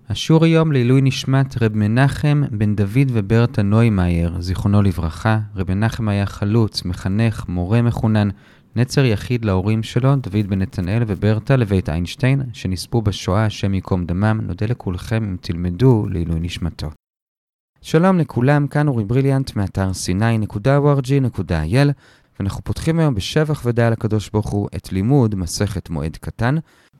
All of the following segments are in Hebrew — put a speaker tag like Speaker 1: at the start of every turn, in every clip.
Speaker 1: השיעור היום לעילוי נשמת רב מנחם בן דוד וברטה נוימאייר, זיכרונו לברכה. רב מנחם היה חלוץ, מחנך, מורה מחונן, נצר יחיד להורים שלו, דוד בן נתנאל וברטה לבית איינשטיין, שנספו בשואה, השם ייקום דמם. נודה לכולכם אם תלמדו לעילוי נשמתו. שלום לכולם, כאן אורי בריליאנט מאתר sinai.org.il, ואנחנו פותחים היום בשבח ודעה לקדוש ברוך הוא את לימוד מסכת מועד קטן.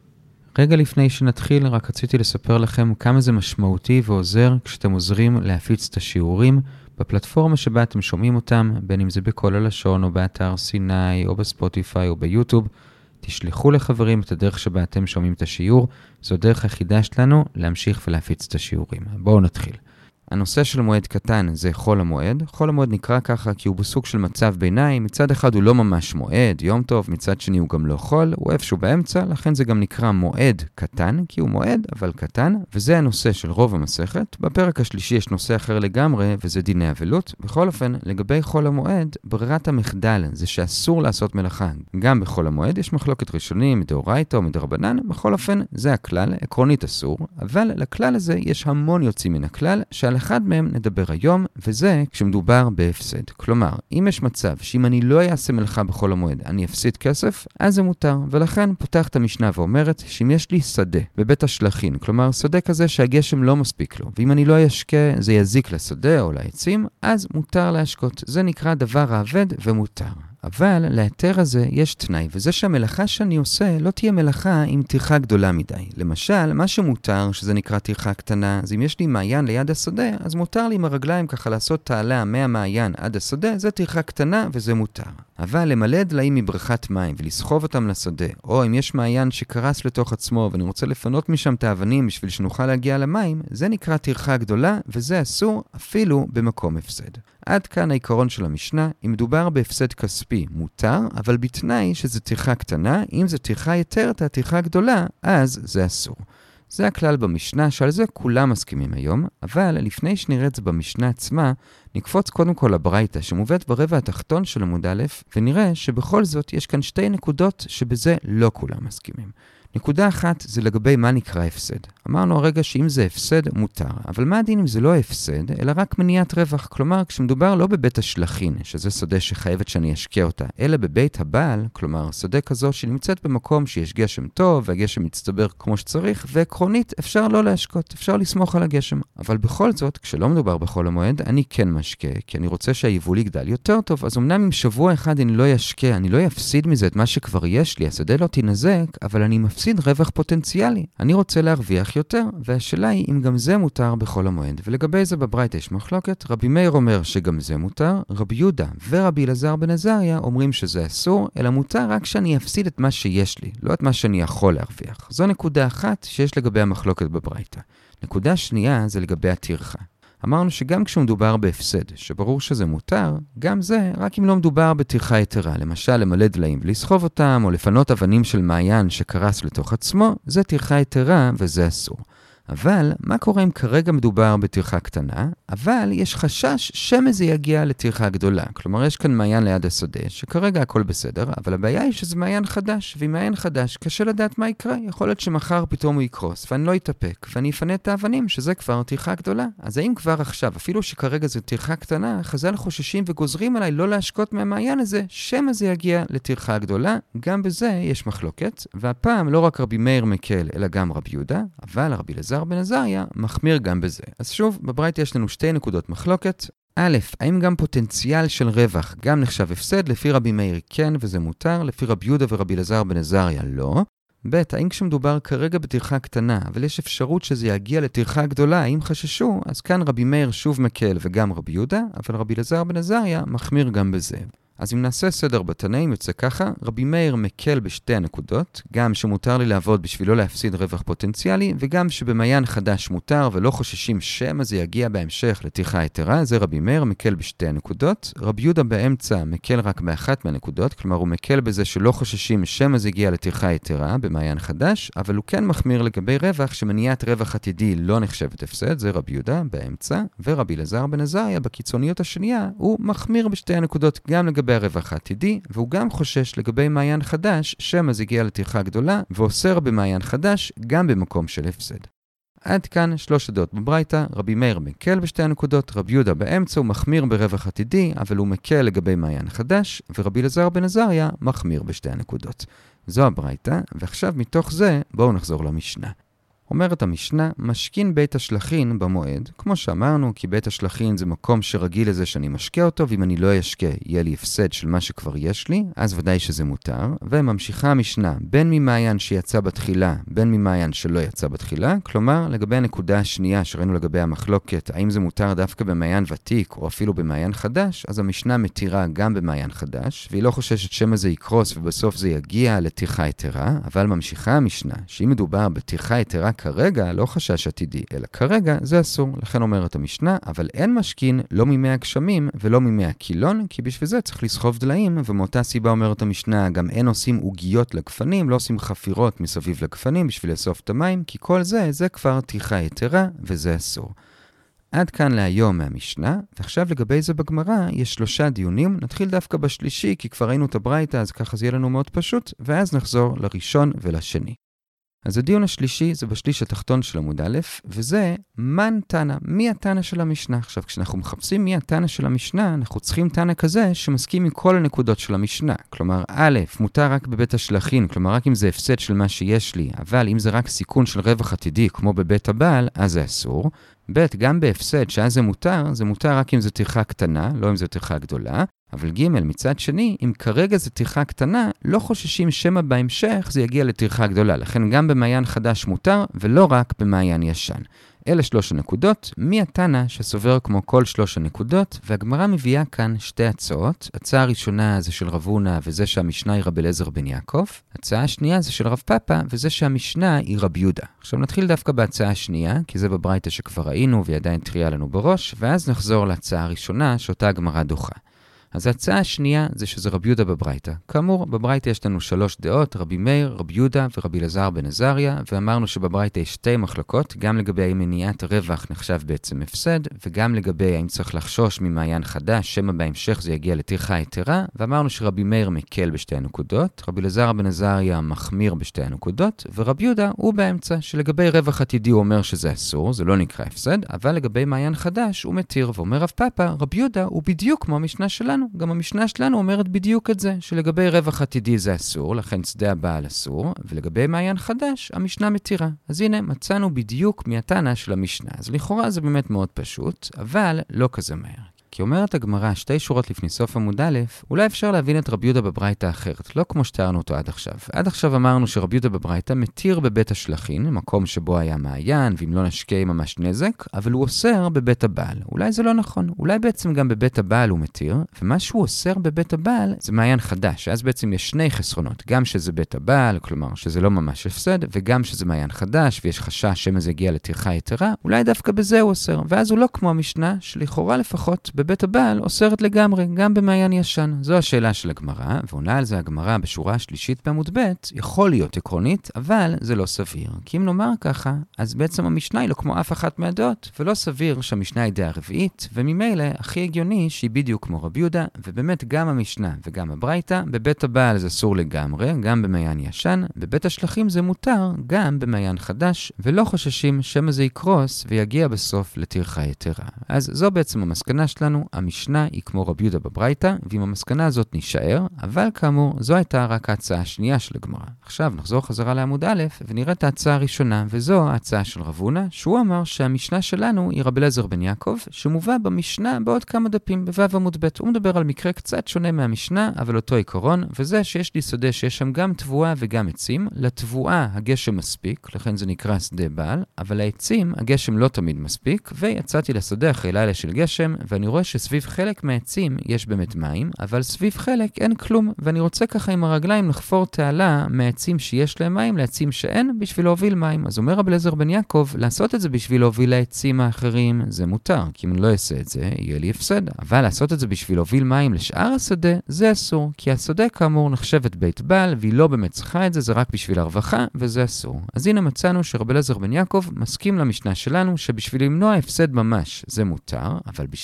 Speaker 1: רגע לפני שנתחיל, רק רציתי לספר לכם כמה זה משמעותי ועוזר כשאתם עוזרים להפיץ את השיעורים בפלטפורמה שבה אתם שומעים אותם, בין אם זה בכל הלשון או באתר סיני או בספוטיפיי או ביוטיוב. תשלחו לחברים את הדרך שבה אתם שומעים את השיעור, זו דרך היחידה שלנו להמשיך ולהפיץ את השיעורים. בואו נתחיל. הנושא של מועד קטן זה חול המועד. חול המועד נקרא ככה כי הוא בסוג של מצב ביניים. מצד אחד הוא לא ממש מועד, יום טוב, מצד שני הוא גם לא חול, הוא איפשהו באמצע, לכן זה גם נקרא מועד קטן, כי הוא מועד אבל קטן, וזה הנושא של רוב המסכת. בפרק השלישי יש נושא אחר לגמרי, וזה דיני אבלות. בכל אופן, לגבי חול המועד, ברירת המחדל זה שאסור לעשות מלאכה. גם בחול המועד יש מחלוקת ראשונים, מדאורייתא או מדרבנן. בכל אופן, זה הכלל, עקרונית אסור, אבל לכלל הזה יש המון יוצאים מן הכלל, שעל אחד מהם נדבר היום, וזה כשמדובר בהפסד. כלומר, אם יש מצב שאם אני לא אעשה מלאכה בחול המועד, אני אפסיד כסף, אז זה מותר. ולכן פותחת המשנה ואומרת שאם יש לי שדה בבית השלחין, כלומר שדה כזה שהגשם לא מספיק לו, ואם אני לא אשקה זה יזיק לשדה או לעצים, אז מותר להשקות. זה נקרא דבר האבד ומותר. אבל להיתר הזה יש תנאי, וזה שהמלאכה שאני עושה לא תהיה מלאכה עם טרחה גדולה מדי. למשל, מה שמותר, שזה נקרא טרחה קטנה, אז אם יש לי מעיין ליד השדה, אז מותר לי עם הרגליים ככה לעשות תעלה מהמעיין עד השדה, זה טרחה קטנה וזה מותר. אבל למלא דליים מבריכת מים ולסחוב אותם לשדה, או אם יש מעיין שקרס לתוך עצמו ואני רוצה לפנות משם את האבנים בשביל שנוכל להגיע למים, זה נקרא טרחה גדולה, וזה אסור אפילו במקום הפסד. עד כאן העיקרון של המשנה. אם מדובר בהפסד כספי, מותר, אבל בתנאי שזה טרחה קטנה. אם זה טרחה יתרת, הטרחה גדולה, אז זה אסור. זה הכלל במשנה, שעל זה כולם מסכימים היום, אבל לפני שנראה את זה במשנה עצמה, נקפוץ קודם כל לברייתא שמובאת ברבע התחתון של עמוד א', ונראה שבכל זאת יש כאן שתי נקודות שבזה לא כולם מסכימים. נקודה אחת זה לגבי מה נקרא הפסד. אמרנו הרגע שאם זה הפסד מותר, אבל מה הדין אם זה לא הפסד, אלא רק מניעת רווח? כלומר, כשמדובר לא בבית השלחין, שזה שדה שחייבת שאני אשקיע אותה, אלא בבית הבעל, כלומר, שדה כזו שנמצאת במקום שיש גשם טוב, והגשם מצטבר כמו שצריך, ועקרונית אפשר לא להשקות, אפשר לסמוך על הגשם. אבל בכל זאת, כשלא מדובר בחול המועד, אני כן משקה, כי אני רוצה שהיבול יגדל יותר טוב, אז אמנם אם שבוע אחד אני לא אשקה, אני לא אפסיד מזה את מה שכבר יש לי, השדה לא תינזק, אבל אני מפסיד רווח פוטנציאלי. אני רוצה להרוויח יותר, והשאלה היא אם גם זה מותר בחול המועד. ולגבי זה בברייתא יש מחלוקת. רבי מאיר אומר שגם זה מותר, רבי יהודה ורבי אלעזר בן עזריה אומרים שזה אסור, אלא מותר רק שאני אפסיד את מה שיש לי, לא את מה שאני יכול להרוויח. זו נקודה אחת שיש לגבי המחלוקת בברייתא. נקודה שנייה זה לגבי הטרחה. אמרנו שגם כשמדובר בהפסד, שברור שזה מותר, גם זה רק אם לא מדובר בטרחה יתרה, למשל למלא דליים ולסחוב אותם, או לפנות אבנים של מעיין שקרס לתוך עצמו, זה טרחה יתרה וזה אסור. אבל מה קורה אם כרגע מדובר בטרחה קטנה, אבל יש חשש שמא יגיע לטרחה גדולה? כלומר, יש כאן מעיין ליד השדה, שכרגע הכל בסדר, אבל הבעיה היא שזה מעיין חדש, ועם מעיין חדש קשה לדעת מה יקרה. יכול להיות שמחר פתאום הוא יקרוס, ואני לא אתאפק, ואני אפנה את האבנים, שזה כבר טרחה גדולה. אז האם כבר עכשיו, אפילו שכרגע זה טרחה קטנה, חז"ל חוששים וגוזרים עליי לא להשקות מהמעיין הזה, שמא זה יגיע לטרחה גדולה? גם בזה יש מחלוקת, והפעם לא רק רבי מאיר מקל, אלא גם רבי יהודה, אבל רבי אלעזר בן עזריה מחמיר גם בזה. אז שוב, בברייתא יש לנו שתי נקודות מחלוקת. א', האם גם פוטנציאל של רווח גם נחשב הפסד? לפי רבי מאיר כן וזה מותר, לפי רבי יהודה ורבי אלעזר בן עזריה לא. ב', האם כשמדובר כרגע בטרחה קטנה, אבל יש אפשרות שזה יגיע לטרחה גדולה, אם חששו, אז כאן רבי מאיר שוב מקל וגם רבי יהודה, אבל רבי אלעזר בן עזריה מחמיר גם בזה. אז אם נעשה סדר בתנאים יוצא ככה, רבי מאיר מקל בשתי הנקודות, גם שמותר לי לעבוד בשביל לא להפסיד רווח פוטנציאלי, וגם שבמעיין חדש מותר ולא חוששים שמא זה יגיע בהמשך לטרחה יתרה, זה רבי מאיר מקל בשתי הנקודות. רבי יהודה באמצע מקל רק באחת מהנקודות, כלומר הוא מקל בזה שלא חוששים שמא זה יגיע לטרחה יתרה במעיין חדש, אבל הוא כן מחמיר לגבי רווח שמניעת רווח עתידי לא נחשבת הפסד, זה רבי יהודה באמצע, ורבי אלעזר בן עזריה בקיצוניות השנייה, הוא מחמיר בשתי הנקודות גם לגבי הרווח העתידי, והוא גם חושש לגבי מעיין חדש שמא זה הגיע לטרחה גדולה, ואוסר במעיין חדש גם במקום של הפסד. עד כאן 3 דעות בברייתא. רבי מאיר מקל בשתי הנקודות, רבי יהודה באמצע הוא מחמיר ברווח עתידי, אבל הוא מקל לגבי מעיין חדש, ורבי אלעזר בן עזריה מחמיר בשתי הנקודות. זו הברייתא, ועכשיו מתוך זה בואו נחזור למשנה. אומרת המשנה, משכין בית השלכין במועד, כמו שאמרנו, כי בית השלכין זה מקום שרגיל לזה שאני משקה אותו, ואם אני לא אשקה, יהיה לי הפסד של מה שכבר יש לי, אז ודאי שזה מותר. וממשיכה המשנה, בין ממעיין שיצא בתחילה, בין ממעיין שלא יצא בתחילה, כלומר, לגבי הנקודה השנייה שראינו לגבי המחלוקת, האם זה מותר דווקא במעיין ותיק, או אפילו במעיין חדש, אז המשנה מתירה גם במעיין חדש, והיא לא חוששת שמא זה יקרוס, ובסוף זה יגיע לטרחה יתרה, אבל ממשיכה המשנה, שאם מדובר בטרחה יתרה כרגע, לא חשש עתידי, אלא כרגע זה אסור. לכן אומרת המשנה, אבל אין משכין לא ממי הגשמים ולא ממי הקילון, כי בשביל זה צריך לסחוב דליים, ומאותה סיבה אומרת המשנה, גם אין עושים עוגיות לגפנים, לא עושים חפירות מסביב לגפנים בשביל לאסוף את המים, כי כל זה כבר טרחה יתרה, וזה אסור. עד כאן להיום מהמשנה, ועכשיו לגבי זה בגמרא יש 3 דיונים, נתחיל דווקא בשלישי, כי כבר ראינו את הברייתא, אז ככה זה יהיה לנו מאוד פשוט, ואז נחזור לראשון ולשני. אז הדיון השלישי זה בשליש התחתון של עמוד א', וזה מן תנא, מי התנא של המשנה. עכשיו, כשאנחנו מחפשים מי התנא של המשנה, אנחנו צריכים תנא כזה שמסכים עם כל הנקודות של המשנה. כלומר, א', מותר רק בבית השלכין, כלומר רק אם זה הפסד של מה שיש לי, אבל אם זה רק סיכון של רווח עתידי, כמו בבית הבעל, אז זה אסור. ב', גם בהפסד, שאז זה מותר רק אם זה טרחה קטנה, לא אם זה טרחה גדולה. אבל ג' מצד שני, אם כרגע זה טרחה קטנה, לא חוששים שמא בהמשך זה יגיע לטרחה גדולה. לכן גם במעיין חדש מותר, ולא רק במעיין ישן. אלה 3 הנקודות, מי התנא שסובר כמו כל 3 הנקודות, והגמרא מביאה כאן 2 הצעות. הצעה הראשונה זה של רב הונא, וזה שהמשנה היא רבי אליעזר בן יעקב. הצעה השנייה זה של רב פאפא, וזה שהמשנה היא רבי יהודה. עכשיו נתחיל דווקא בהצעה השנייה, כי זה בברייתא שכבר ראינו, והיא עדיין טריה לנו בראש, ואז נחזור להצעה הראשונה, שאותה הגמרא דוחה. אז ההצעה השנייה זה שזה רבי יהודה בברייתא. כאמור, בברייתא יש לנו 3 דעות, רבי מאיר, רבי יהודה ורבי אלעזר בן עזריה, ואמרנו שבברייתא יש 2 מחלוקות, גם לגבי האם מניעת הרווח נחשב בעצם הפסד, וגם לגבי האם צריך לחשוש ממעיין חדש, שמא בהמשך זה יגיע לטרחה יתרה, ואמרנו שרבי מאיר מקל בשתי הנקודות, רבי אלעזר בן עזריה מחמיר בשתי הנקודות, ורבי יהודה הוא באמצע, שלגבי רווח עתידי הוא אומר שזה אסור, זה לא נקרא הפסד, אבל לגבי מעיין חדש הוא מתיר, ואומר רב פאפא, רבי יהודה הוא בדיוק כמו המשנה שלנו. גם המשנה שלנו אומרת בדיוק את זה, שלגבי רווח עתידי זה אסור, לכן שדה הבעל אסור, ולגבי מעיין חדש, המשנה מתירה. אז הנה, מצאנו בדיוק מהתנא של המשנה. אז לכאורה זה באמת מאוד פשוט, אבל לא כזה מהר. כי אומרת הגמרא 2 שורות לפני סוף עמוד א', אולי אפשר להבין את רבי יהודה בברייתא אחרת, לא כמו שתיארנו אותו עד עכשיו. עד עכשיו אמרנו שרבי יהודה בברייתא מתיר בבית השלכין, מקום שבו היה מעיין, ואם לא נשקה ממש נזק, אבל הוא אוסר בבית הבעל. אולי זה לא נכון, אולי בעצם גם בבית הבעל הוא מתיר, ומה שהוא אוסר בבית הבעל זה מעיין חדש, אז בעצם יש 2 חסרונות, גם שזה בית הבעל, כלומר שזה לא ממש הפסד, וגם שזה מעיין חדש, ויש חשש שמא זה יגיע לטרחה יתרה, אולי דווקא בזה הוא אוסר, ואז הוא לא כמו המשנה, שלכאורה לפחות בבית הבעל אוסרת לגמרי, גם במעיין ישן. זו השאלה של הגמרא, ועונה על זה הגמרא בשורה השלישית בעמוד ב', יכול להיות עקרונית, אבל זה לא סביר. כי אם נאמר ככה, אז בעצם המשנה היא לא כמו אף אחת מהדעות, ולא סביר שהמשנה היא דעה רביעית, וממילא הכי הגיוני שהיא בדיוק כמו רבי יהודה, ובאמת גם המשנה וגם הברייתא, בבית הבעל זה אסור לגמרי, גם במעיין ישן, בבית השלכים זה מותר, גם במעיין חדש, ולא חוששים שמא זה יקרוס ויגיע בסוף לטרחה יתרה. אז זו בעצם המסקנה שלנו, המשנה היא כמו רבי יהודה בברייתא, ועם המסקנה הזאת נשאר, אבל כאמור, זו הייתה רק ההצעה השנייה של הגמרא. עכשיו נחזור חזרה לעמוד א', ונראה את ההצעה הראשונה, וזו ההצעה של רב הונא, שהוא אמר שהמשנה שלנו היא רבי אליעזר בן יעקב, שמובא במשנה בעוד כמה דפים, בו' עמוד ב'. הוא מדבר על מקרה קצת שונה מהמשנה, אבל אותו עיקרון, וזה שיש לי שדה שיש שם גם תבואה וגם עצים. לתבואה הגשם מספיק, לכן זה נקרא שדה בעל, אבל לעצים הגשם לא תמיד מספיק, ויצאתי לשדה אחרי לילה של גשם, ואני רואה שסביב חלק מהעצים יש באמת מים, אבל סביב חלק אין כלום, ואני רוצה ככה עם הרגליים לחפור תעלה מהעצים שיש להם מים לעצים שאין בשביל להוביל מים. אז אומר רבי אליעזר בן יעקב, לעשות את זה בשביל להוביל לעצים האחרים זה מותר, כי אם לא אעשה את זה, יהיה לי הפסד. אבל לעשות את זה בשביל להוביל מים לשאר השדה, זה אסור, כי השדה כאמור נחשבת בית בעל, והיא לא באמת צריכה את זה, זה רק בשביל הרווחה, וזה אסור. אז הנה מצאנו שרבי אליעזר בן יעקב מסכים למשנה שלנו, שבשביל למנוע הפסד ממש זה מותר, אבל בשביל למנוע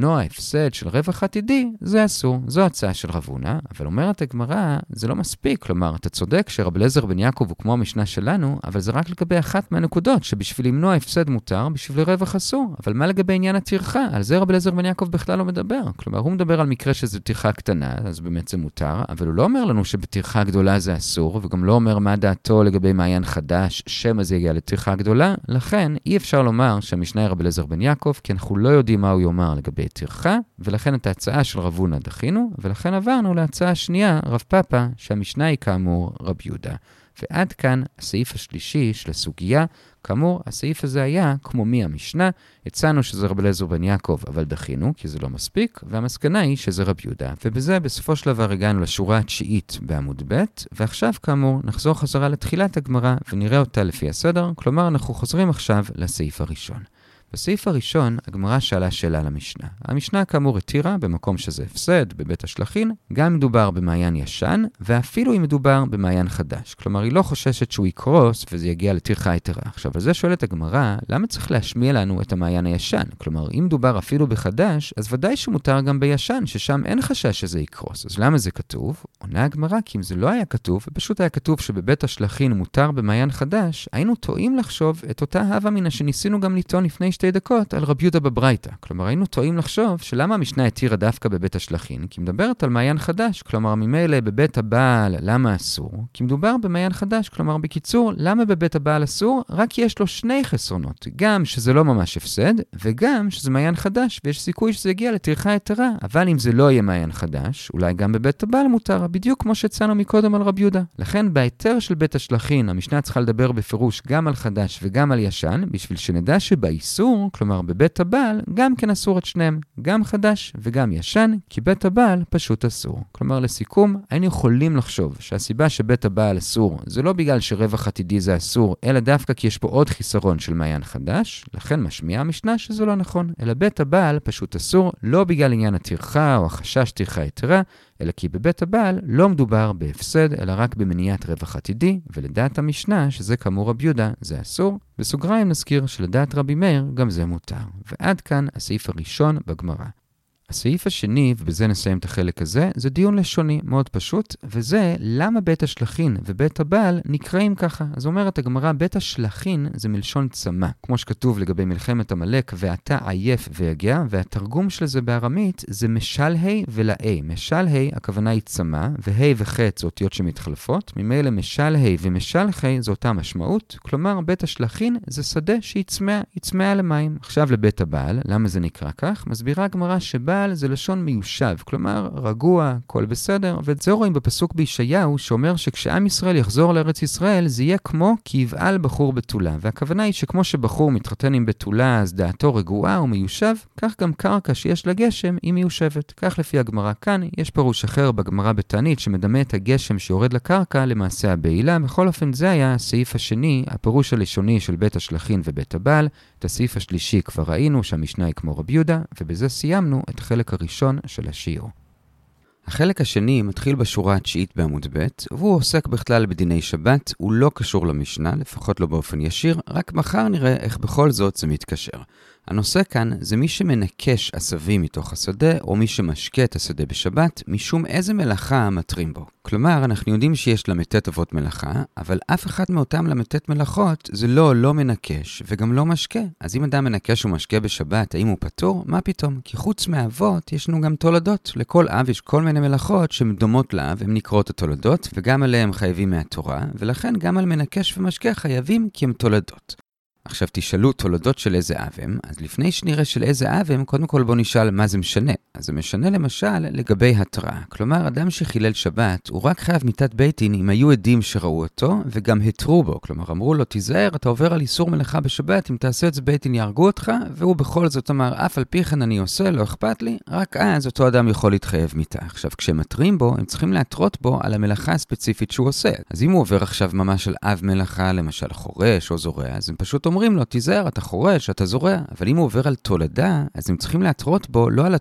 Speaker 1: למנוע הפסד של רווח עתידי, זה אסור. זו הצעה של רב הונא, אבל אומרת הגמרא, זה לא מספיק. כלומר, אתה צודק שרב אליעזר בן יעקב הוא כמו המשנה שלנו, אבל זה רק לגבי אחת מהנקודות, שבשביל למנוע הפסד מותר, בשביל רווח אסור. אבל מה לגבי עניין הטרחה? על זה רב אליעזר בן יעקב בכלל לא מדבר. כלומר, הוא מדבר על מקרה שזה טרחה קטנה, אז באמת זה מותר, אבל הוא לא אומר לנו שבטרחה גדולה זה אסור, וגם לא אומר מה דעתו לגבי מעיין חדש, שמא זה יגיע לטרחה גדולה. לכן, אי אפשר לומר שהמשנה היא רב אליעזר בן יעקב, כי אנחנו לא יודעים מה הוא יאמר לגבי טרחה, ולכן את ההצעה של רב הונא דחינו, ולכן עברנו להצעה השנייה, רב פאפא, שהמשנה היא כאמור רב יהודה. ועד כאן הסעיף השלישי של הסוגיה. כאמור, הסעיף הזה היה כמו מהמשנה, הצענו שזה רב אליעזר בן יעקב, אבל דחינו, כי זה לא מספיק, והמסקנה היא שזה רב יהודה. ובזה בסופו של דבר הגענו לשורה התשיעית בעמוד ב', ועכשיו כאמור נחזור חזרה לתחילת הגמרא, ונראה אותה לפי הסדר, כלומר אנחנו חוזרים עכשיו לסעיף הראשון. בסעיף הראשון, הגמרא שאלה שאלה למשנה. המשנה כאמור התירה, במקום שזה הפסד, בבית השלחין, גם מדובר במעיין ישן, ואפילו אם מדובר במעיין חדש. כלומר, היא לא חוששת שהוא יקרוס, וזה יגיע לטרחה יתרה. עכשיו, על זה שואלת הגמרא, למה צריך להשמיע לנו את המעיין הישן? כלומר, אם מדובר אפילו בחדש, אז ודאי שמותר גם בישן, ששם אין חשש שזה יקרוס. אז למה זה כתוב? עונה הגמרא, כי אם זה לא היה כתוב, ופשוט היה כתוב שבבית השלחין מותר במעיין חדש, היינו טועים לחשוב את אותה הווה מינא שניסינו גם לטעון לפני 2 דקות על רבי יהודה בברייתא. כלומר, היינו טועים לחשוב שלמה המשנה התירה דווקא בבית השלחין, כי מדברת על מעיין חדש, כלומר, ממילא בבית הבעל למה אסור? כי מדובר במעיין חדש, כלומר, בקיצור, למה בבית הבעל אסור? רק יש לו 2 חסרונות, גם שזה לא ממש הפסד, וגם שזה מעיין חדש, ויש סיכוי שזה יגיע לטרחה יתרה. אבל אם זה לא יהיה מעיין חדש, אולי גם בבית הבעל מותר, בדיוק כמו שהצענו מקודם על רבי יהודה. לכן, בהיתר של בית השלחין, המשנה צריכה לדבר בפירוש גם על חדש וגם על ישן, בשביל שנדע שבאיסור, כלומר בבית הבעל, גם כן אסור את שניהם, גם חדש וגם ישן, כי בית הבעל פשוט אסור. כלומר, לסיכום, היינו יכולים לחשוב שהסיבה שבית הבעל אסור, זה לא בגלל שרווח עתידי זה אסור, אלא דווקא כי יש פה עוד חיסרון של מעיין חדש, לכן משמיעה המשנה שזה לא נכון, אלא בית הבעל פשוט אסור, לא בגלל עניין הטרחה או החשש טרחה יתרה, אלא כי בבית הבעל לא מדובר בהפסד, אלא רק במניעת רווח עתידי, ולדעת המשנה, שזה כאמור רבי יהודה, זה אסור. בסוגריים נזכיר שלדעת רבי מאיר, גם זה מותר. ועד כאן הסעיף הראשון בגמרא. הסעיף השני, ובזה נסיים את החלק הזה, זה דיון לשוני מאוד פשוט, וזה למה בית השלחין ובית הבעל נקראים ככה. אז אומרת הגמרא, בית השלחין זה מלשון צמא, כמו שכתוב לגבי מלחמת עמלק, ואתה עייף ויגע, והתרגום של זה בארמית זה משלהי ולאי. משלהי, הכוונה היא צמא, והי וחץ זה אותיות שמתחלפות, ממילא משלהי ומשלחי זה אותה משמעות, כלומר בית השלחין זה שדה שיצמא למים. עכשיו לבית הבעל, למה זה נקרא כך? מסבירה הגמרא שבעל זה לשון מיושב, כלומר רגוע, כל בסדר, ואת זה רואים בפסוק בישעיהו שאומר שכשעם ישראל יחזור לארץ ישראל זה יהיה כמו כי יבעל בחור בתולה, והכוונה היא שכמו שבחור מתחתן עם בתולה אז דעתו רגועה ומיושב, כך גם קרקע שיש לה גשם היא מיושבת. כך לפי הגמרא כאן, יש פירוש אחר בגמרא בתענית שמדמה את הגשם שיורד לקרקע למעשה הבעילה. בכל אופן זה היה הסעיף השני, הפירוש הלשוני של בית השלחין ובית הבעל. את הסעיף השלישי כבר ראינו שהמשנה היא כמו רבי יהודה, ובזה סיימנו את החלק הראשון של השיעור. החלק השני מתחיל בשורה התשיעית בעמוד ב', והוא עוסק בכלל בדיני שבת, הוא לא קשור למשנה, לפחות לא באופן ישיר, רק מחר נראה איך בכל זאת זה מתקשר. הנושא כאן זה מי שמנקש עשבים מתוך השדה, או מי שמשקה את השדה בשבת, משום איזה מלאכה מטרים בו. כלומר, אנחנו יודעים שיש למתת אבות מלאכה, אבל אף אחד מאותם למתת מלאכות זה לא מנקש וגם לא משקה. אז אם אדם מנקש ומשקה בשבת, האם הוא פטור? מה פתאום? כי חוץ מהאבות ישנו גם תולדות. לכל אב יש כל מיני מלאכות שדומות לאב, הן נקראות התולדות, וגם עליהם חייבים מהתורה, ולכן גם על מנקש ומשקה חייבים כי הם תולדות. עכשיו תשאלו תולדות של איזה אב הם, אז לפני שנראה של איזה אב הם, קודם כל בוא נשאל מה זה משנה. אז זה משנה למשל לגבי התראה. כלומר, אדם שחילל שבת, הוא רק חייב מיתת בית דין אם היו עדים שראו אותו, וגם התרו בו. כלומר, אמרו לו, תיזהר, אתה עובר על איסור מלאכה בשבת, אם תעשה את זה בית דין יהרגו אותך, והוא בכל זאת אמר, אף על פי כן אני עושה, לא אכפת לי, רק אז אותו אדם יכול להתחייב מיתה. עכשיו, כשהם מטרים בו, הם צריכים להתרות בו על המלאכה הספציפית שהוא עושה. אז אם הוא עובר עכשיו ממש על אב מלאכה, למשל חורש או זורע, אז הם פשוט אומרים לו, תיזהר, אתה חורש, אתה זורע. אבל אם הוא עובר על תולדה, אז הם צריכים להתרות בו לא על התולדה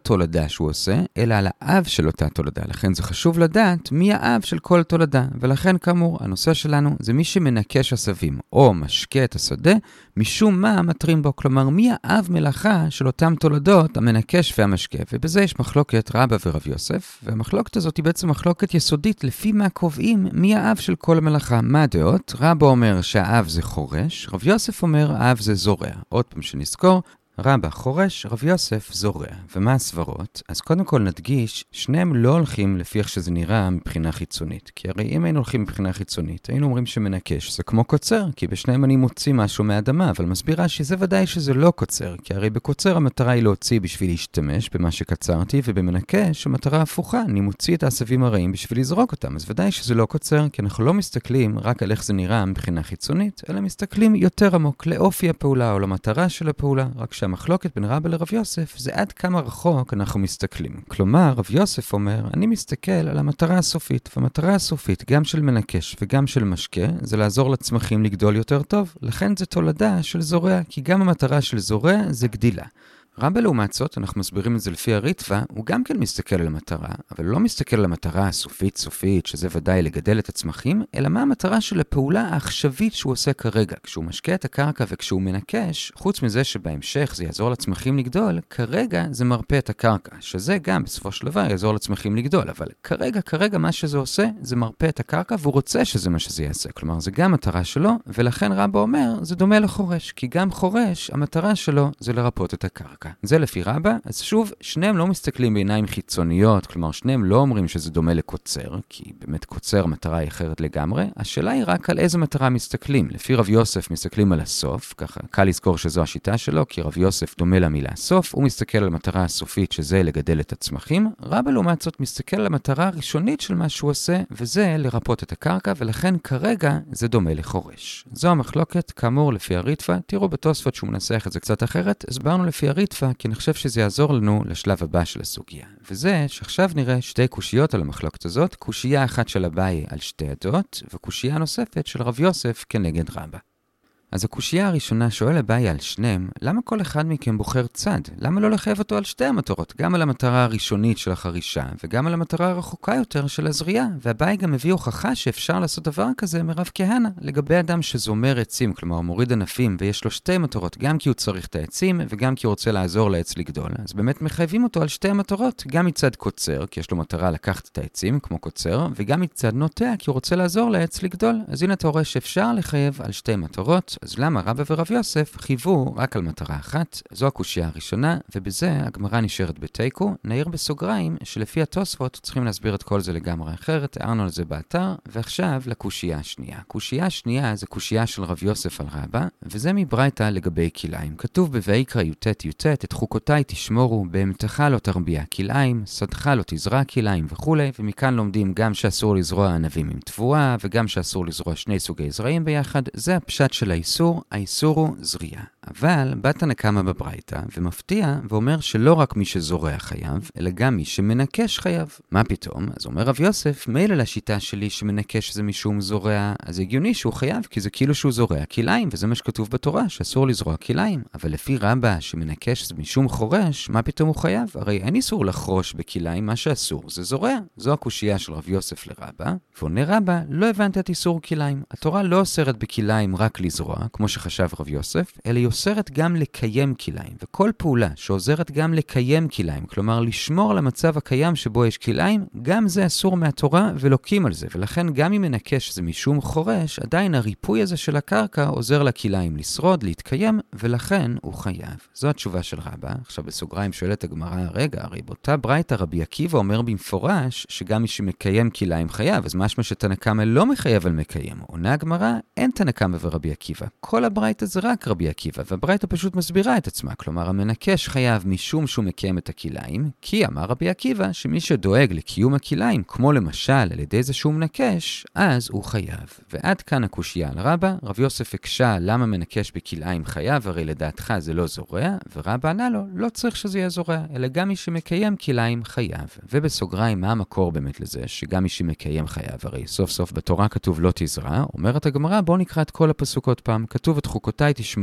Speaker 1: תולדה שהוא עושה, אלא על האב של אותה תולדה. לכן זה חשוב לדעת מי האב של כל תולדה. ולכן כאמור, הנושא שלנו זה מי שמנקש עשבים או משקה את השדה, משום מה מטרים בו. כלומר, מי האב מלאכה של אותם תולדות, המנקש והמשקה. ובזה יש מחלוקת רבא ורב יוסף, והמחלוקת הזאת היא בעצם מחלוקת יסודית לפי מה קובעים מי האב של כל מלאכה. מה הדעות? רבא אומר שהאב זה חורש, רב יוסף אומר האב זה זורע. עוד פעם שנזכור, רבא חורש, רב יוסף זורע. ומה הסברות? אז קודם כל נדגיש, שניהם לא הולכים לפי איך שזה נראה מבחינה חיצונית. כי הרי אם היינו הולכים מבחינה חיצונית, היינו אומרים שמנקש זה כמו קוצר, כי בשניהם אני מוציא משהו מהאדמה, אבל מסבירה שזה ודאי שזה לא קוצר, כי הרי בקוצר המטרה היא להוציא בשביל להשתמש במה שקצרתי, ובמנקש המטרה הפוכה, אני מוציא את העשבים הרעים בשביל לזרוק אותם. אז ודאי שזה לא קוצר, כי אנחנו לא מסתכלים רק על איך זה נראה מבחינה חיצונית, אלא מסתכלים יותר עמוק לאופי הפעולה או למטרה של הפעולה, רק המחלוקת בין רבא לרב יוסף זה עד כמה רחוק אנחנו מסתכלים. כלומר, רב יוסף אומר, אני מסתכל על המטרה הסופית, והמטרה הסופית גם של מנקש וגם של משקה, זה לעזור לצמחים לגדול יותר טוב. לכן זה תולדה של זורע, כי גם המטרה של זורע זה גדילה. רבא לעומת זאת, אנחנו מסבירים את זה לפי הריטב"א, הוא גם כן מסתכל על המטרה, אבל לא מסתכל על המטרה הסופית, שזה ודאי לגדל את הצמחים, אלא מה המטרה של הפעולה העכשווית שהוא עושה כרגע. כשהוא משקה את הקרקע וכשהוא מנקש, חוץ מזה שבהמשך זה יעזור לצמחים לגדול, כרגע זה מרפא את הקרקע, שזה גם בסופו של דבר יעזור לצמחים לגדול, אבל כרגע מה שזה עושה, זה מרפא את הקרקע, והוא רוצה שזה מה שזה יעשה. כלומר, זה גם מטרה שלו, ולכן רבא אומר, זה דומה לחורש, כי גם חורש, המטרה שלו זה לרפות את הקרקע. זה לפי רבא, אז שוב, שניהם לא מסתכלים בעיניים חיצוניות, כלומר שניהם לא אומרים שזה דומה לקוצר, כי באמת קוצר מטרה היא אחרת לגמרי, השאלה היא רק על איזה מטרה מסתכלים. לפי רב יוסף מסתכלים על הסוף, ככה קל לזכור שזו השיטה שלו, כי רב יוסף דומה למילה סוף, הוא מסתכל על המטרה הסופית שזה לגדל את הצמחים, רבא לעומת זאת מסתכל על המטרה הראשונית של מה שהוא עושה, וזה לרפות את הקרקע, ולכן כרגע זה דומה לחורש. זו המחלוקת, כאמור לפי הריטב"א, תראו בתוספות שהוא מנסח את זה קצת אחרת, הסברנו לפי הריטב"א, כי אני חושב שזה יעזור לנו לשלב הבא של הסוגיה. וזה שעכשיו נראה שתי קושיות על המחלוקת הזאת, קושייה אחת של אביי על שתי עדות, וקושייה נוספת של רב יוסף כנגד רבא. אז הקושייה הראשונה שואל אביי על שניהם, למה כל אחד מכם בוחר צד? למה לא לחייב אותו על שתי המטרות? גם על המטרה הראשונית של החרישה, וגם על המטרה הרחוקה יותר של הזריעה. ואביי גם מביא הוכחה שאפשר לעשות דבר כזה מרב כהנא, לגבי אדם שזומר עצים, כלומר מוריד ענפים, ויש לו שתי מטרות, גם כי הוא צריך את העצים, וגם כי הוא רוצה לעזור לעץ לגדול. אז באמת מחייבים אותו על שתי המטרות, גם מצד קוצר, כי יש לו מטרה לקחת את העצים, כמו קוצר, וגם מצד נוטע, כי הוא רוצה לעזור לעץ לגדול. אז הנה אתה רואה שאפשר לחייב על שתי מטרות. אז למה רבא ורב יוסף חייבו רק על מטרה אחת? זו הקושייה הראשונה, ובזה הגמרא נשארת בתיקו. נעיר בסוגריים שלפי התוספות צריכים להסביר את כל זה לגמרי אחרת, הערנו על זה באתר, ועכשיו לקושייה השנייה. קושייה השנייה זה קושייה של רב יוסף על רבא, וזה מברייתא לגבי כלאיים. כתוב בויקרא י"ט, את חוקותיי תשמורו, בהמתך לא תרביע כלאיים, שדך לא תזרע כלאיים וכו', ומכאן לומדים גם שאסור לזרוע ענבים עם תבואה, וגם שאסור לזרוע שני סוגי זרעים ביחד. זה הפשט של האיסור הוא זריעה. אבל בא תנא קמא בברייתא ומפתיע ואומר שלא רק מי שזורע חייב, אלא גם מי שמנקש חייב. מה פתאום? אז אומר רב יוסף, מילא לשיטה שלי שמנקש זה משום זורע, אז הגיוני שהוא חייב, כי זה כאילו שהוא זורע כלאיים, וזה מה שכתוב בתורה, שאסור לזרוע כלאיים. אבל לפי רבא שמנקש זה משום חורש, מה פתאום הוא חייב? הרי אין איסור לחרוש בכלאיים, מה שאסור זה זורע. זו הקושייה של רב יוסף לרבא, ועונה רבא, לא הבנת את איסור כלאיים. התורה לא אוסרת בכלאיים רק לזרוע, כמו שחשב רב יוסף, אלא היא אוסרת גם לקיים כלאיים, וכל פעולה שעוזרת גם לקיים כלאיים, כלומר לשמור על המצב הקיים שבו יש כלאיים, גם זה אסור מהתורה ולוקים על זה, ולכן גם אם מנקש זה משום חורש, עדיין הריפוי הזה של הקרקע עוזר לכלאיים לשרוד, להתקיים, ולכן הוא חייב. זו התשובה של רבא. עכשיו בסוגריים שואלת הגמרא, רגע, הרי באותה ברייתא רבי עקיבא אומר במפורש שגם מי שמקיים כלאיים חייב, אז משמע שתנא קמא לא מחייב על מקיים. עונה הגמרא, אין תנא קמא ורבי עקיבא. כל הברייתא זה רק רבי עקיבא, והברייתא פשוט מסבירה את עצמה, כלומר המנקש חייב משום שהוא מקיים את הכלאיים, כי אמר רבי עקיבא שמי שדואג לקיום הכלאיים, כמו למשל על ידי זה שהוא מנקש, אז הוא חייב. ועד כאן הקושייה על רבא. רב יוסף הקשה למה מנקש בכלאיים חייב, הרי לדעתך זה לא זורע, ורבא ענה לו, לא צריך שזה יהיה זורע, אלא גם מי שמקיים כלאיים חייב. ובסוגריים מה המקור באמת לזה, שגם מי שמקיים חייב, הרי סוף סוף בתורה כתוב לא תזרע, אומרת הגמרא, בואו נקרא את כל הפסוק עוד פעם, כתוב את חוקותיי תשמורו,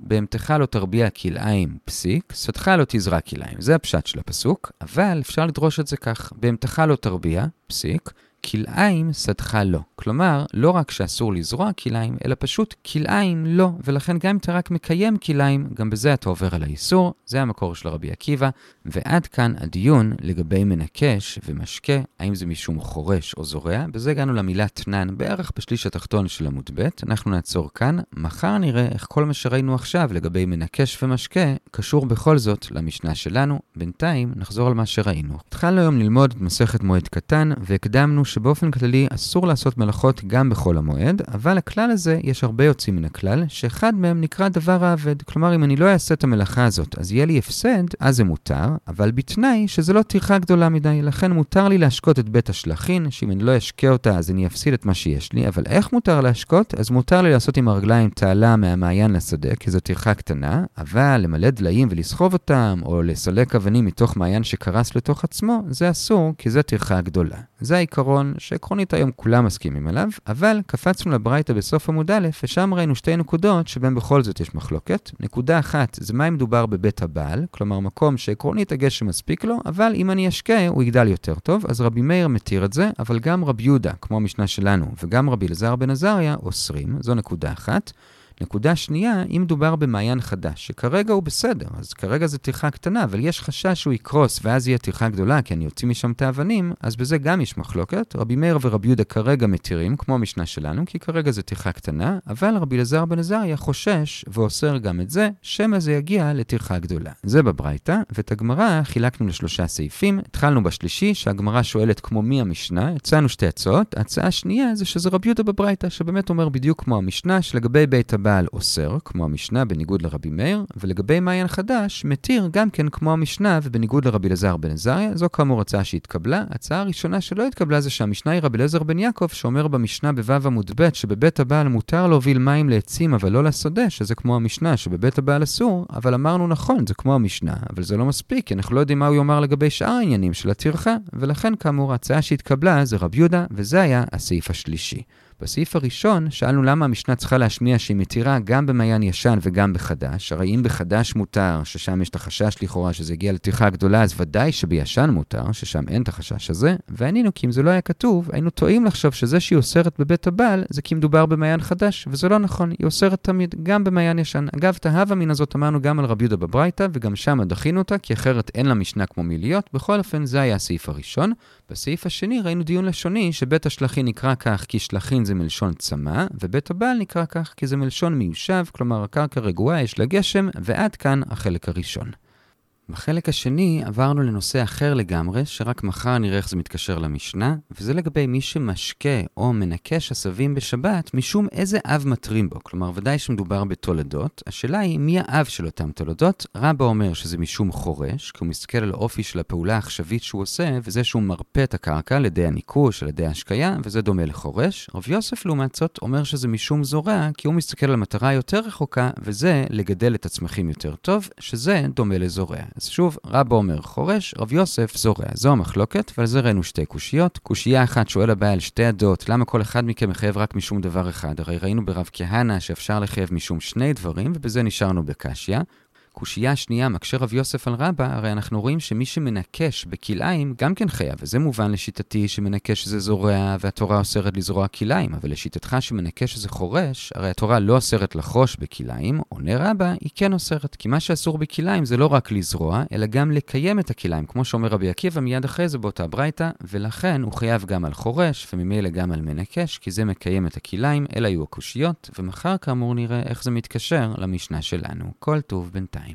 Speaker 1: בהמתך לא תרביע כלאיים פסיק, שדך לא תזרע כלאיים. זה הפשט של הפסוק, אבל אפשר לדרוש את זה כך, בהמתך לא תרביע פסיק, כלאיים שדך לא. כלומר, לא רק שאסור לזרוע כלאיים, אלא פשוט כלאיים לא, ולכן גם אם אתה רק מקיים כלאיים, גם בזה אתה עובר על האיסור, זה המקור של רבי עקיבא, ועד כאן הדיון לגבי מנקש ומשקה, האם זה משום חורש או זורע, בזה הגענו למילה תנן, בערך בשליש התחתון של עמוד ב', אנחנו נעצור כאן, מחר נראה איך כל מה שראינו עכשיו לגבי מנקש ומשקה, קשור בכל זאת למשנה שלנו, בינתיים נחזור על מה שראינו. התחלנו היום ללמוד את מסכת מועד קטן, והקדמנו שבאופן כללי אסור לעשות מלאכות גם בכל המועד, אבל הכלל הזה יש הרבה יוצאים מן הכלל, שאחד מהם נקרא דבר העבד. כלומר, אם אני לא אעשה את המלאכה הזאת, אז יהיה לי הפסד, אז זה מותר, אבל בתנאי שזה לא טרחה גדולה מדי, לכן מותר לי להשקות את בית השלחין, שאם אני לא אשקה אותה, אז אני אפסיד את מה שיש לי, אבל איך מותר להשקות? אז מותר לי לעשות עם הרגליים תעלה מהמעיין לשדה, כי זו טרחה קטנה, אבל למלא דליים ולסחוב אותם, או לסלק אבנים מתוך מעיין שקרס לתוך עצמו, זה אסור, כי זו טרחה גדולה. זה העיקרון שעקרונית היום כולם מסכימים עליו, אבל קפצנו לברייתא בסוף עמוד א', ושם ראינו שתי נקודות שבהם בכל זאת יש מחלוקת. נקודה אחת, זה מה אם מדובר בבית הבעל, כלומר מקום שעקרונית הגשם מספיק לו, אבל אם אני אשקה הוא יגדל יותר טוב, אז רבי מאיר מתיר את זה, אבל גם רבי יהודה, כמו המשנה שלנו, וגם רבי אלעזר בן עזריה אוסרים, זו נקודה אחת. נקודה שנייה, אם דובר במעיין חדש, שכרגע הוא בסדר, אז כרגע זה טרחה קטנה, אבל יש חשש שהוא יקרוס, ואז יהיה טרחה גדולה, כי אני יוצא משם את האבנים, אז בזה גם יש מחלוקת. רבי מאיר ורבי יהודה כרגע מתירים, כמו המשנה שלנו, כי כרגע זה טרחה קטנה, אבל רבי אלעזר בן עזריה חושש, ואוסר גם את זה, שמא זה יגיע לטרחה גדולה. זה בברייתא, ואת הגמרא חילקנו לשלושה סעיפים. התחלנו בשלישי, שהגמרא שואלת כמו מי המשנה, הצענו שתי הצעות. ההצעה השנייה זה שזה רבי יהודה בברייתא, שבאמת אומר בדיוק כמו המשנה, שלגבי בית הבעל אוסר, כמו המשנה בניגוד לרבי מאיר, ולגבי מעיין חדש, מתיר גם כן כמו המשנה ובניגוד לרבי אלעזר בן עזריה. זו כאמור הצעה שהתקבלה. הצעה הראשונה שלא התקבלה זה שהמשנה היא רבי אלעזר בן יעקב, שאומר במשנה בו"ב עמוד ב' שבבית הבעל מותר להוביל מים לעצים אבל לא לשדה, שזה כמו המשנה שבבית הבעל אסור, אבל אמרנו נכון, זה כמו המשנה, אבל זה לא מספיק, כי אנחנו לא יודעים מה הוא יאמר לגבי שאר העניינים של הטרחה, ולכן כאמור ההצעה שהתקבלה זה רבי יהודה, וזה היה הסעיף השלישי. בסעיף הראשון שאלנו למה המשנה צריכה להשמיע שהיא מתירה גם במעיין ישן וגם בחדש. הרי אם בחדש מותר, ששם יש את החשש לכאורה שזה הגיע לטרחה גדולה, אז ודאי שבישן מותר, ששם אין את החשש הזה. וענינו כי אם זה לא היה כתוב, היינו טועים לחשוב שזה שהיא אוסרת בבית הבעל, זה כי מדובר במעיין חדש, וזה לא נכון, היא אוסרת תמיד גם במעיין ישן. אגב, תהווה מן הזאת אמרנו גם על רבי יהודה בברייתא, וגם שם דחינו אותה, כי אחרת אין לה משנה כמו מי להיות. בכל אופן, זה היה הסעיף הראשון. בסעיף השני ראינו דיון לשוני שבית השלחין נקרא כך כי שלחין זה מלשון צמא, ובית הבעל נקרא כך כי זה מלשון מיושב, כלומר הקרקע רגועה, יש לה גשם, ועד כאן החלק הראשון. בחלק השני עברנו לנושא אחר לגמרי, שרק מחר נראה איך זה מתקשר למשנה, וזה לגבי מי שמשקה או מנקש עשבים בשבת, משום איזה אב מטרים בו. כלומר, ודאי שמדובר בתולדות. השאלה היא מי האב של אותם תולדות. רבא אומר שזה משום חורש, כי הוא מסתכל על האופי של הפעולה העכשווית שהוא עושה, וזה שהוא מרפא את הקרקע על ידי הניקוש, על ידי ההשקיה, וזה דומה לחורש. רב יוסף לעומת זאת אומר שזה משום זורע, כי הוא מסתכל על מטרה יותר רחוקה, וזה לגדל את הצמחים יותר טוב, שזה דומה לזורע. אז שוב, רבא אומר חורש, רב יוסף זורע. זו המחלוקת, ועל זה ראינו שתי קושיות. קושייה אחת שואל הבעל על שתי הדעות, למה כל אחד מכם מחייב רק משום דבר אחד? הרי ראינו ברב כהנא שאפשר לחייב משום שני דברים, ובזה נשארנו בקשיה. קושייה השנייה, מקשה רב יוסף על רבא, הרי אנחנו רואים שמי שמנקש בכלאיים גם כן חייב, וזה מובן לשיטתי שמנקש זה זורע, והתורה אוסרת לזרוע כלאיים, אבל לשיטתך שמנקש זה חורש, הרי התורה לא אוסרת לחרוש בכלאיים, עונה רבא, היא כן אוסרת, כי מה שאסור בכלאיים זה לא רק לזרוע, אלא גם לקיים את הכלאיים, כמו שאומר רבי עקיבא מיד אחרי זה באותה ברייתא, ולכן הוא חייב גם על חורש, וממילא גם על מנקש, כי זה מקיים את הכלאיים, אלה היו הקושיות, ומחר כאמור נראה איך זה מתקשר למשנה שלנו. כל טוב בינתיים.